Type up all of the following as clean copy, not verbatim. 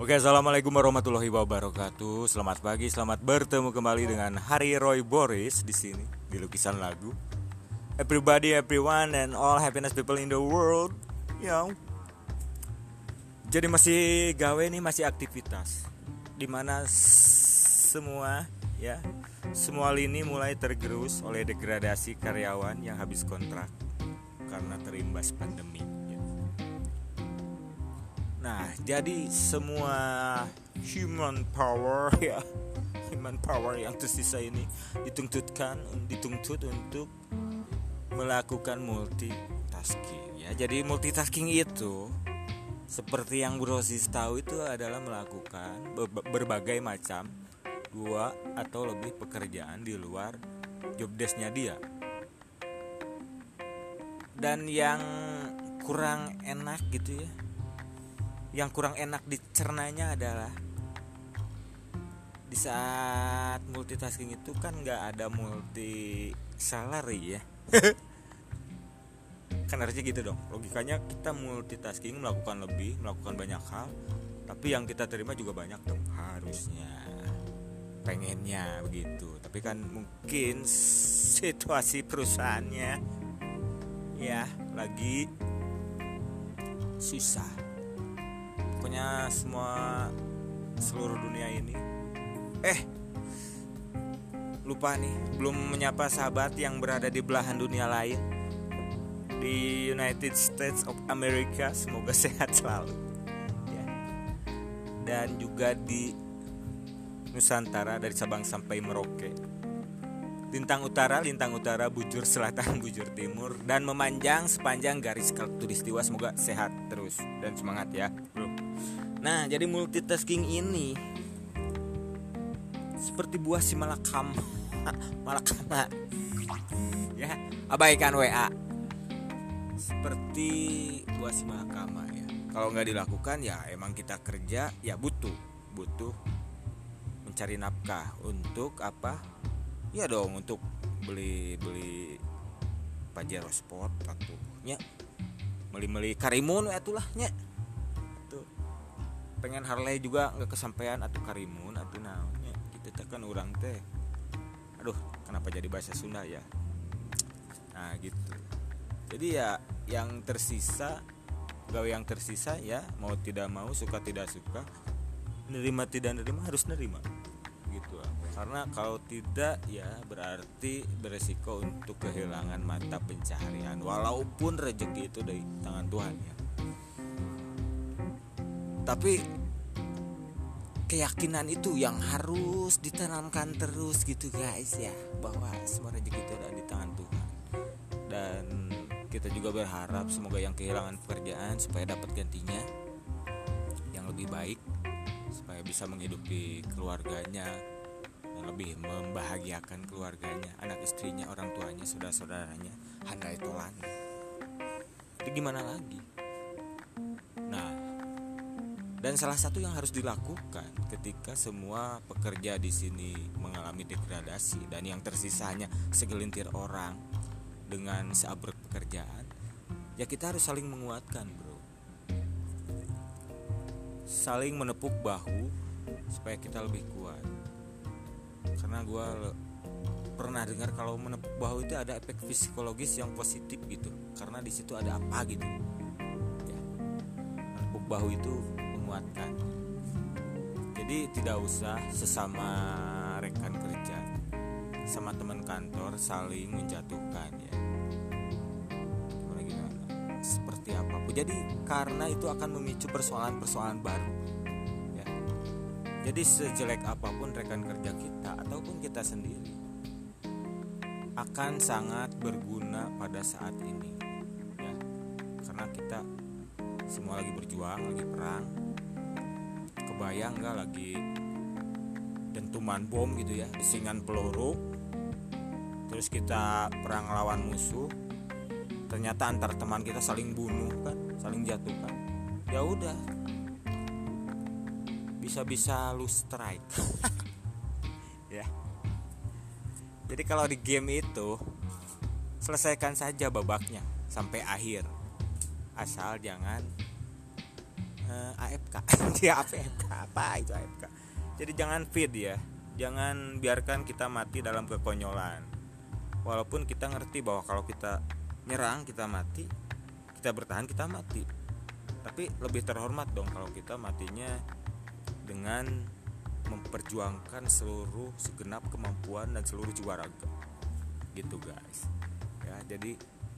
Oke, assalamualaikum warahmatullahi wabarakatuh. Selamat pagi, selamat bertemu kembali dengan Hari Roy Boris di sini di Lukisan Lagu. Everybody, everyone, and all happiness people in the world. Jadi masih gawe nih, masih aktivitas. Dimana semua lini mulai tergerus oleh degradasi karyawan yang habis kontrak karena terimbas pandemi. Nah, jadi semua human power yang tersisa ini dituntut untuk melakukan multitasking ya. Jadi multitasking itu seperti yang Bro Sis tahu itu adalah melakukan berbagai macam 2 atau lebih pekerjaan di luar job desk-nya dia. Dan yang kurang enak gitu ya, yang kurang enak dicernanya adalah di saat multitasking itu kan nggak ada multi salary ya. Kan harusnya gitu dong, logikanya kita multitasking, melakukan banyak hal, tapi yang kita terima juga banyak dong, harusnya, pengennya begitu. Tapi kan mungkin situasi perusahaannya ya lagi susah. Pokoknya seluruh dunia ini lupa nih, belum menyapa sahabat yang berada di belahan dunia lain, di United States of America, semoga sehat selalu ya. Dan juga di Nusantara, dari Sabang sampai Merauke, lintang utara, bujur selatan, bujur timur, dan memanjang sepanjang garis khatulistiwa. Semoga sehat terus dan semangat ya bro. Nah, jadi multitasking ini seperti buah si malakama ya, abaikan WA. Seperti buah si malakama ya. Kalau nggak dilakukan ya emang kita kerja ya butuh mencari nafkah untuk apa? Ya dong, untuk beli Pajero Sport atau nya beli Karimun atulah nya. Pengen Harley juga nggak kesampaian atau Karimun atau naonnya kita tekan orang teh. Aduh, kenapa jadi bahasa Sunda ya? Nah gitu. Jadi ya yang tersisa ya, mau tidak mau, suka tidak suka, nerima tidak nerima, harus nerima gitu. Karena kalau tidak ya berarti beresiko untuk kehilangan mata pencaharian, walaupun rezeki itu dari tangan Tuhan ya. Tapi keyakinan itu yang harus ditanamkan terus gitu guys ya, bahwa semua rezeki itu ada di tangan Tuhan. Dan kita juga berharap semoga yang kehilangan pekerjaan supaya dapat gantinya yang lebih baik, supaya bisa menghidupi keluarganya dan lebih membahagiakan keluarganya, anak istrinya, orang tuanya, saudara-saudaranya, handai tolan. Jadi gimana lagi? Dan salah satu yang harus dilakukan ketika semua pekerja di sini mengalami degradasi dan yang tersisanya segelintir orang dengan seabrek pekerjaan, ya kita harus saling menguatkan bro, saling menepuk bahu supaya kita lebih kuat. Karena gue pernah dengar kalau menepuk bahu itu ada efek psikologis yang positif gitu, karena di situ ada apa gitu ya. Menepuk bahu itu menguatkan. Jadi tidak usah sesama rekan kerja, sama teman kantor saling menjatuhkan ya. Gimana? Seperti apapun. Jadi karena itu akan memicu persoalan baru ya. Jadi sejelek apapun rekan kerja kita ataupun kita sendiri akan sangat berguna pada saat ini ya. Karena kita semua lagi berjuang, lagi perang. Kebayang gak lagi dentuman bom gitu ya, desingan peluru, terus kita perang lawan musuh, ternyata antar teman kita saling bunuh kan, saling jatuhkan. Ya udah, bisa lose strike. Ya. Jadi kalau di game itu selesaikan saja babaknya sampai akhir, asal jangan AFK. Dia AFK, apa itu AFK? Jadi jangan feed ya, jangan biarkan kita mati dalam kekonyolan. Walaupun kita ngerti bahwa kalau kita nyerang kita mati, kita bertahan kita mati. Tapi lebih terhormat dong kalau kita matinya dengan memperjuangkan segenap kemampuan dan seluruh jiwa raga. Gitu guys. Ya, jadi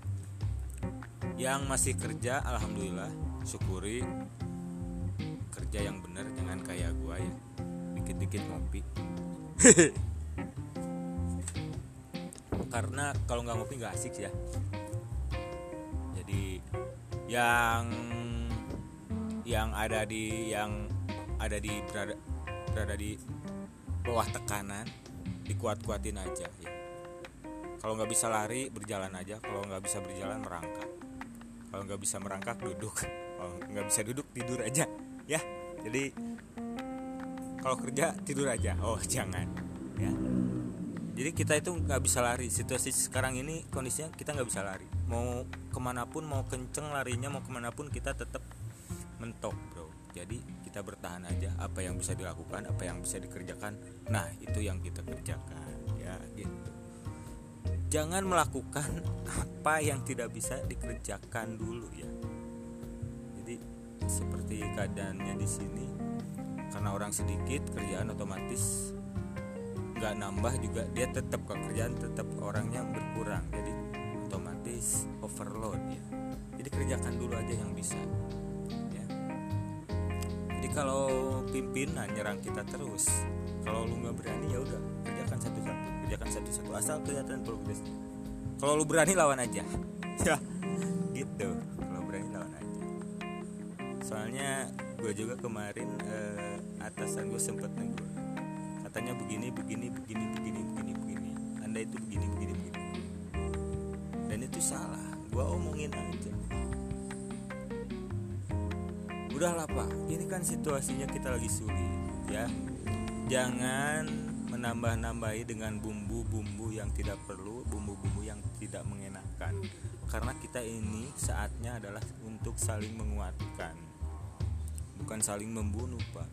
yang masih kerja alhamdulillah syukuri, kerja yang benar, jangan kayak gua ya dikit-dikit ngopi. Karena kalau nggak ngopi nggak asik ya. Jadi yang berada di bawah tekanan dikuat-kuatin aja ya. Kalau nggak bisa lari berjalan aja, kalau nggak bisa berjalan merangkak, kalau nggak bisa merangkak duduk, kalau nggak bisa duduk tidur aja ya. Jadi kalau kerja tidur aja, jangan ya. Jadi kita itu nggak bisa lari, situasi sekarang ini kondisinya kita nggak bisa lari, mau kemanapun, mau kenceng larinya, mau kemanapun kita tetap mentok bro. Jadi kita bertahan aja, apa yang bisa dilakukan, apa yang bisa dikerjakan, nah itu yang kita kerjakan ya gitu. Jangan melakukan apa yang tidak bisa dikerjakan dulu ya. Jadi seperti keadaannya di sini, karena orang sedikit kerjaan otomatis nggak nambah juga, dia tetap kerjaan tetap orangnya berkurang, jadi otomatis overload ya. Jadi kerjakan dulu aja yang bisa ya. Jadi kalau pimpinan nyerang kita terus, kalau lu nggak berani ya udah kerjakan satu-satu asal kelihatan progres. Kalau lu berani lawan aja ya gitu. Kalau berani lawan aja. Soalnya gue juga kemarin atasan gue sempet negur, katanya begini. Anda itu begini. Dan itu salah. Gua omongin aja. Udahlah Pak, ini kan situasinya kita lagi sulit ya. Jangan menambah-nambahi dengan bumbu-bumbu yang tidak perlu, bumbu-bumbu yang tidak mengenakan. Karena kita ini saatnya adalah untuk saling menguatkan, bukan saling membunuh Pak.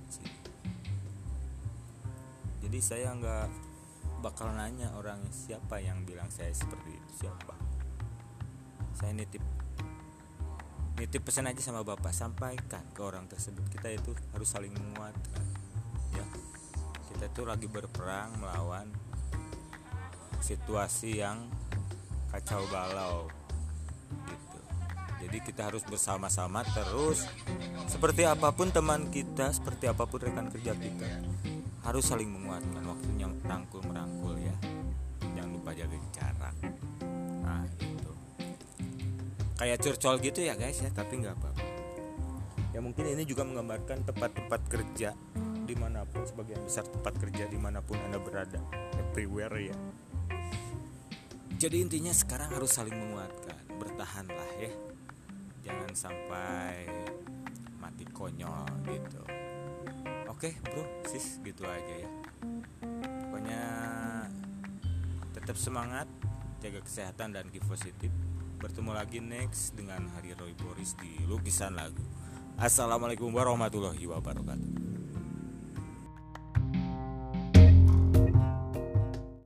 Jadi saya nggak bakal nanya orang siapa yang bilang saya seperti itu, siapa. Saya nitip pesan aja sama Bapak, sampaikan ke orang tersebut, kita itu harus saling menguatkan ya. Kita itu lagi berperang melawan situasi yang kacau balau gitu. Jadi kita harus bersama-sama terus, seperti apapun teman kita, seperti apapun rekan kerja kita, harus saling menguatkan. Waktunya merangkul ya, jangan lupa jaga jarak. Nah itu kayak curcol gitu ya guys ya, tapi nggak apa-apa ya. Mungkin ini juga menggambarkan tempat-tempat kerja dimanapun, sebagian besar tempat kerja dimanapun Anda berada, everywhere ya. Jadi intinya sekarang harus saling menguatkan, bertahanlah ya, jangan sampai mati konyol gitu. Oke bro, sis, gitu aja ya. Pokoknya tetap semangat, jaga kesehatan dan keep positif. Bertemu lagi next dengan Hari Roy Boris di Lukisan Lagu. Assalamualaikum warahmatullahi wabarakatuh.